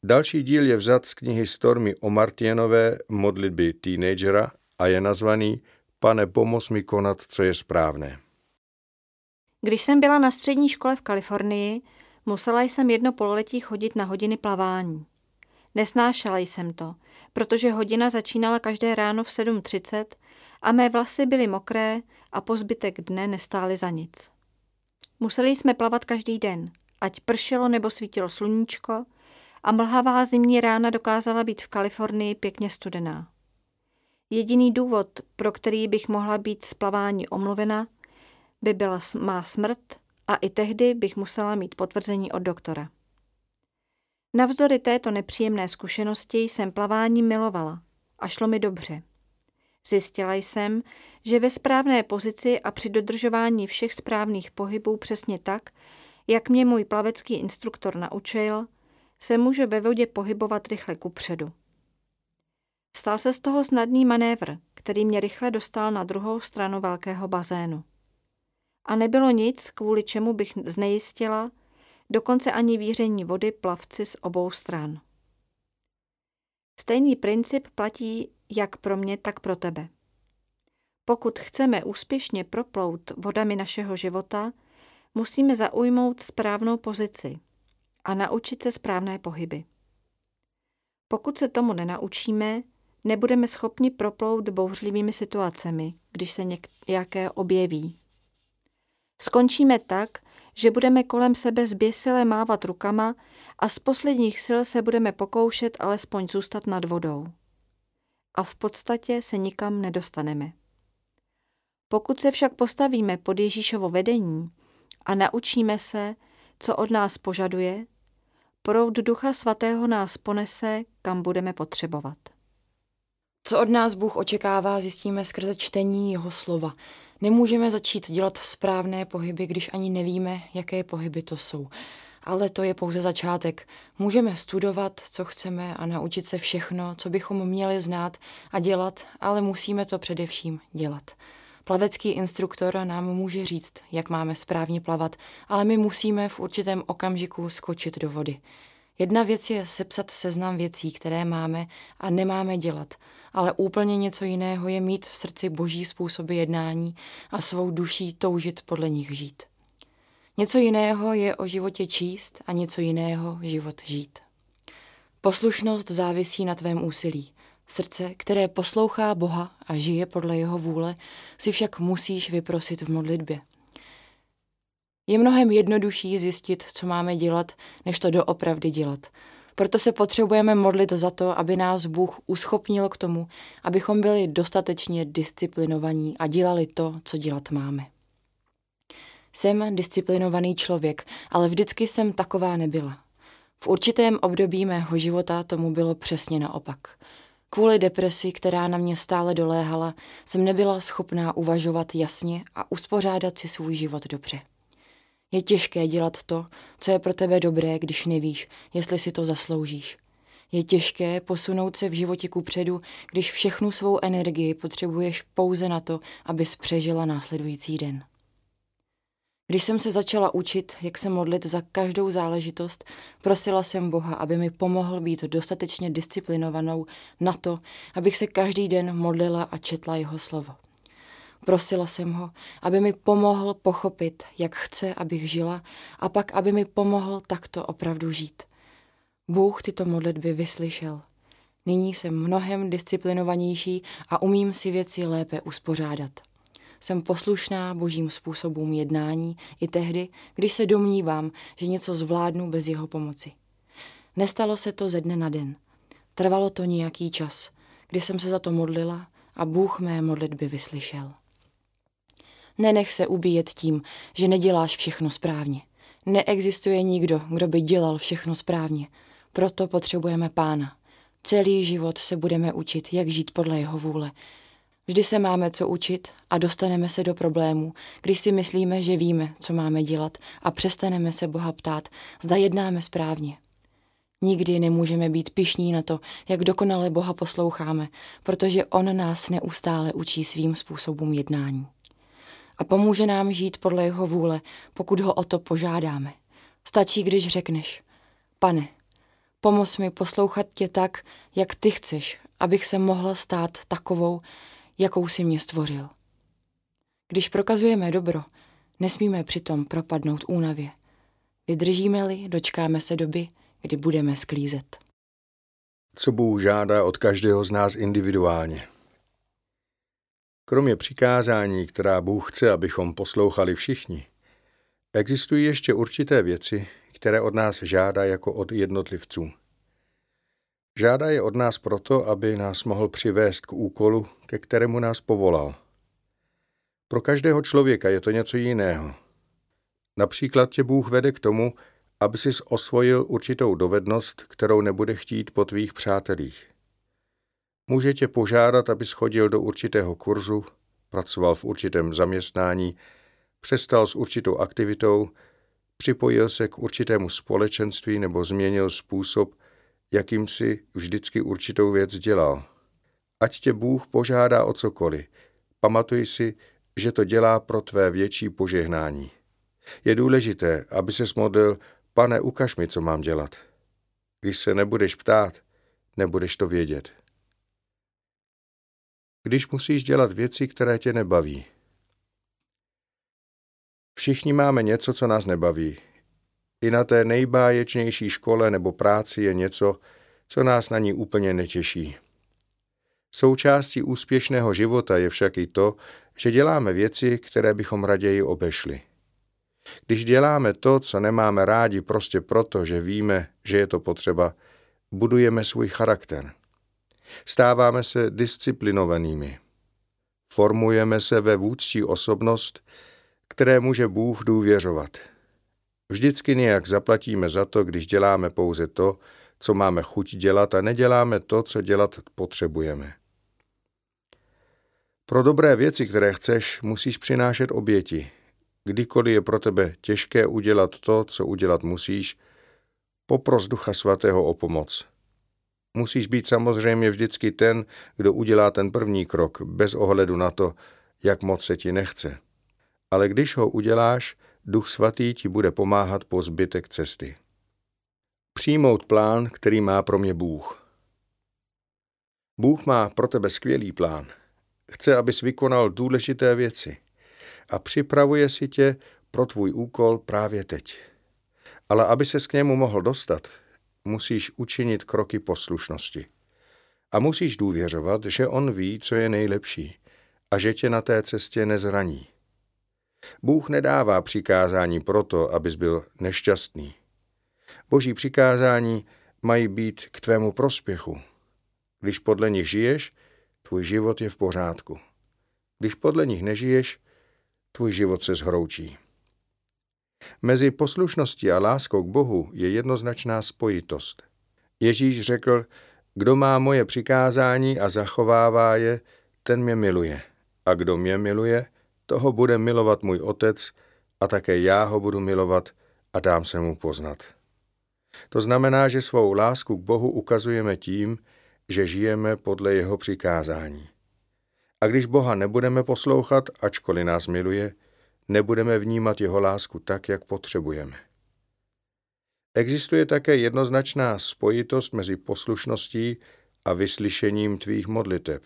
Další díl je vzat z knihy Stormy Omartienové Modlitby teenagera a je nazvaný Pane, pomoz mi konat, co je správné. Když jsem byla na střední škole v Kalifornii, musela jsem jedno pololetí chodit na hodiny plavání. Nesnášela jsem to, protože hodina začínala každé ráno v 7:30 a mé vlasy byly mokré a po zbytek dne nestály za nic. Museli jsme plavat každý den, ať pršelo nebo svítilo sluníčko, a mlhavá zimní rána dokázala být v Kalifornii pěkně studená. Jediný důvod, pro který bych mohla být z plavání omluvena, by byla má smrt a i tehdy bych musela mít potvrzení od doktora. Navzdory této nepříjemné zkušenosti jsem plavání milovala a šlo mi dobře. Zjistila jsem, že ve správné pozici a při dodržování všech správných pohybů přesně tak, jak mě můj plavecký instruktor naučil, se může ve vodě pohybovat rychle kupředu. Stal se z toho snadný manévr, který mě rychle dostal na druhou stranu velkého bazénu. A nebylo nic, kvůli čemu bych znejistila, dokonce ani víření vody plavci z obou stran. Stejný princip platí jak pro mě, tak pro tebe. Pokud chceme úspěšně proplout vodami našeho života, musíme zaujmout správnou pozici a naučit se správné pohyby. Pokud se tomu nenaučíme, nebudeme schopni proplout bouřlivými situacemi, když se nějaké objeví. Skončíme tak, že budeme kolem sebe zběsile mávat rukama a z posledních sil se budeme pokoušet alespoň zůstat nad vodou. A v podstatě se nikam nedostaneme. Pokud se však postavíme pod Ježíšovo vedení a naučíme se, co od nás požaduje, proud Ducha Svatého nás ponese, kam budeme potřebovat. Co od nás Bůh očekává, zjistíme skrze čtení jeho slova. Nemůžeme začít dělat správné pohyby, když ani nevíme, jaké pohyby to jsou. Ale to je pouze začátek. Můžeme studovat, co chceme a naučit se všechno, co bychom měli znát a dělat, ale musíme to především dělat. Plavecký instruktor nám může říct, jak máme správně plavat, ale my musíme v určitém okamžiku skočit do vody. Jedna věc je sepsat seznam věcí, které máme a nemáme dělat, ale úplně něco jiného je mít v srdci boží způsoby jednání a svou duší toužit podle nich žít. Něco jiného je o životě číst a něco jiného život žít. Poslušnost závisí na tvém úsilí. Srdce, které poslouchá Boha a žije podle jeho vůle, si však musíš vyprosit v modlitbě. Je mnohem jednodušší zjistit, co máme dělat, než to doopravdy dělat. Proto se potřebujeme modlit za to, aby nás Bůh uschopnil k tomu, abychom byli dostatečně disciplinovaní a dělali to, co dělat máme. Jsem disciplinovaný člověk, ale vždycky jsem taková nebyla. V určitém období mého života tomu bylo přesně naopak. Kvůli depresi, která na mě stále doléhala, jsem nebyla schopná uvažovat jasně a uspořádat si svůj život dobře. Je těžké dělat to, co je pro tebe dobré, když nevíš, jestli si to zasloužíš. Je těžké posunout se v životě kupředu, když všechnu svou energii potřebuješ pouze na to, abys přežila následující den. Když jsem se začala učit, jak se modlit za každou záležitost, prosila jsem Boha, aby mi pomohl být dostatečně disciplinovanou na to, abych se každý den modlila a četla jeho slovo. Prosila jsem ho, aby mi pomohl pochopit, jak chce, abych žila, a pak, aby mi pomohl takto opravdu žít. Bůh tyto modlitby vyslyšel. Nyní jsem mnohem disciplinovanější a umím si věci lépe uspořádat. Jsem poslušná božím způsobům jednání i tehdy, když se domnívám, že něco zvládnu bez jeho pomoci. Nestalo se to ze dne na den. Trvalo to nějaký čas, kdy jsem se za to modlila a Bůh mé modlitby vyslyšel. Nenech se ubíjet tím, že neděláš všechno správně. Neexistuje nikdo, kdo by dělal všechno správně. Proto potřebujeme Pána. Celý život se budeme učit, jak žít podle jeho vůle. Vždy se máme co učit a dostaneme se do problémů, když si myslíme, že víme, co máme dělat, a přestaneme se Boha ptát, zda jednáme správně. Nikdy nemůžeme být pyšní na to, jak dokonale Boha posloucháme, protože on nás neustále učí svým způsobům jednání. A pomůže nám žít podle jeho vůle, pokud ho o to požádáme. Stačí, když řekneš: Pane, Pomoz mi poslouchat tě tak, jak ty chceš, abych se mohla stát takovou, jakou si mě stvořil. Když prokazujeme dobro, nesmíme přitom propadnout únavě. Vydržíme-li, dočkáme se doby, kdy budeme sklízet. Co Bůh žádá od každého z nás individuálně. Kromě přikázání, která Bůh chce, abychom poslouchali všichni, existují ještě určité věci, které od nás žádá jako od jednotlivců. Žádá je od nás proto, aby nás mohl přivést k úkolu, ke kterému nás povolal. Pro každého člověka je to něco jiného. Například tě Bůh vede k tomu, aby sis osvojil určitou dovednost, kterou nebude chtít po tvých přátelích. Může tě požádat, abys chodil do určitého kurzu, pracoval v určitém zaměstnání, přestal s určitou aktivitou, připojil se k určitému společenství nebo změnil způsob, jakým si vždycky určitou věc dělal. Ať tě Bůh požádá o cokoliv, pamatuj si, že to dělá pro tvé větší požehnání. Je důležité, aby ses modlil: Pane, ukaž mi, co mám dělat. Když se nebudeš ptát, nebudeš to vědět. Když musíš dělat věci, které tě nebaví. Všichni máme něco, co nás nebaví. I na té nejbáječnější škole nebo práci je něco, co nás na ní úplně netěší. Součástí úspěšného života je však i to, že děláme věci, které bychom raději obešli. Když děláme to, co nemáme rádi prostě proto, že víme, že je to potřeba, budujeme svůj charakter. Stáváme se disciplinovanými. Formujeme se ve vůdčí osobnost, které může Bůh důvěřovat. Vždycky nějak zaplatíme za to, když děláme pouze to, co máme chuť dělat, a neděláme to, co dělat potřebujeme. Pro dobré věci, které chceš, musíš přinášet oběti. Kdykoliv je pro tebe těžké udělat to, co udělat musíš, popros Ducha Svatého o pomoc. Musíš být samozřejmě vždycky ten, kdo udělá ten první krok, bez ohledu na to, jak moc se ti nechce. Ale když ho uděláš, Duch Svatý ti bude pomáhat po zbytek cesty. Přijmout plán, který má pro mě Bůh. Bůh má pro tebe skvělý plán. Chce, abys vykonal důležité věci a připravuje si tě pro tvůj úkol právě teď. Ale aby ses k němu mohl dostat, musíš učinit kroky poslušnosti. A musíš důvěřovat, že on ví, co je nejlepší a že tě na té cestě nezraní. Bůh nedává přikázání proto, abys byl nešťastný. Boží přikázání mají být k tvému prospěchu. Když podle nich žiješ, tvůj život je v pořádku. Když podle nich nežiješ, tvůj život se zhroučí. Mezi poslušností a láskou k Bohu je jednoznačná spojitost. Ježíš řekl: Kdo má moje přikázání a zachovává je, ten mě miluje. A kdo mě miluje, toho bude milovat můj Otec, a také já ho budu milovat a dám se mu poznat. To znamená, že svou lásku k Bohu ukazujeme tím, že žijeme podle jeho přikázání. A když Boha nebudeme poslouchat, ačkoliv nás miluje, nebudeme vnímat jeho lásku tak, jak potřebujeme. Existuje také jednoznačná spojitost mezi poslušností a vyslyšením tvých modliteb.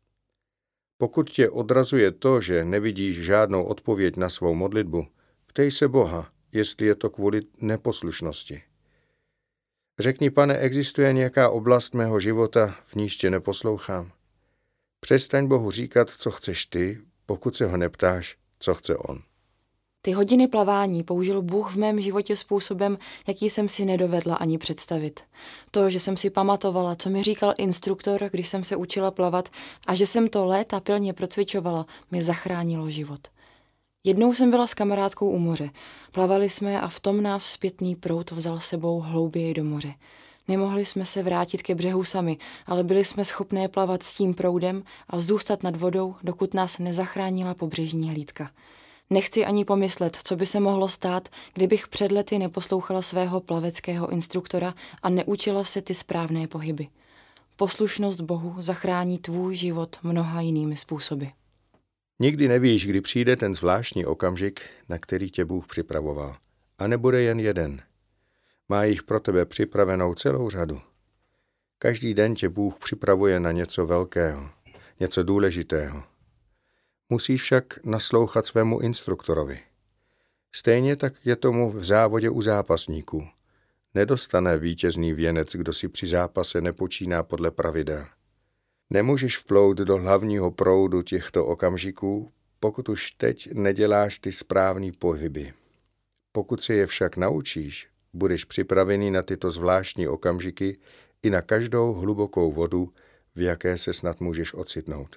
Pokud tě odrazuje to, že nevidíš žádnou odpověď na svou modlitbu, ptej se Boha, jestli je to kvůli neposlušnosti. Řekni: Pane, existuje nějaká oblast mého života, v níž tě neposlouchám? Přestaň Bohu říkat, co chceš ty, pokud se ho neptáš, co chce on. Ty hodiny plavání použil Bůh v mém životě způsobem, jaký jsem si nedovedla ani představit. To, že jsem si pamatovala, co mi říkal instruktor, když jsem se učila plavat, a že jsem to léta pilně procvičovala, mi zachránilo život. Jednou jsem byla s kamarádkou u moře. Plavali jsme a v tom nás zpětný proud vzal sebou hlouběji do moře. Nemohli jsme se vrátit ke břehu sami, ale byli jsme schopné plavat s tím proudem a zůstat nad vodou, dokud nás nezachránila pobřežní hlídka. Nechci ani pomyslet, co by se mohlo stát, kdybych před lety neposlouchala svého plaveckého instruktora a neučila se ty správné pohyby. Poslušnost Bohu zachrání tvůj život mnoha jinými způsoby. Nikdy nevíš, kdy přijde ten zvláštní okamžik, na který tě Bůh připravoval. A nebude jen jeden. Má jich pro tebe připravenou celou řadu. Každý den tě Bůh připravuje na něco velkého, něco důležitého. Musíš však naslouchat svému instruktorovi. Stejně tak je tomu v závodě u zápasníků. Nedostane vítězný věnec, kdo si při zápase nepočíná podle pravidel. Nemůžeš vplout do hlavního proudu těchto okamžiků, pokud už teď neděláš ty správný pohyby. Pokud se je však naučíš, budeš připravený na tyto zvláštní okamžiky i na každou hlubokou vodu, v jaké se snad můžeš ocitnout.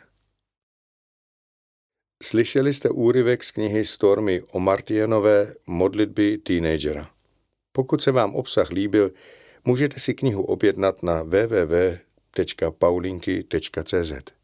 Slyšeli jste úryvek z knihy Stormy Omartianové Modlitby teenagera. Pokud se vám obsah líbil, můžete si knihu objednat na www.paulinky.cz.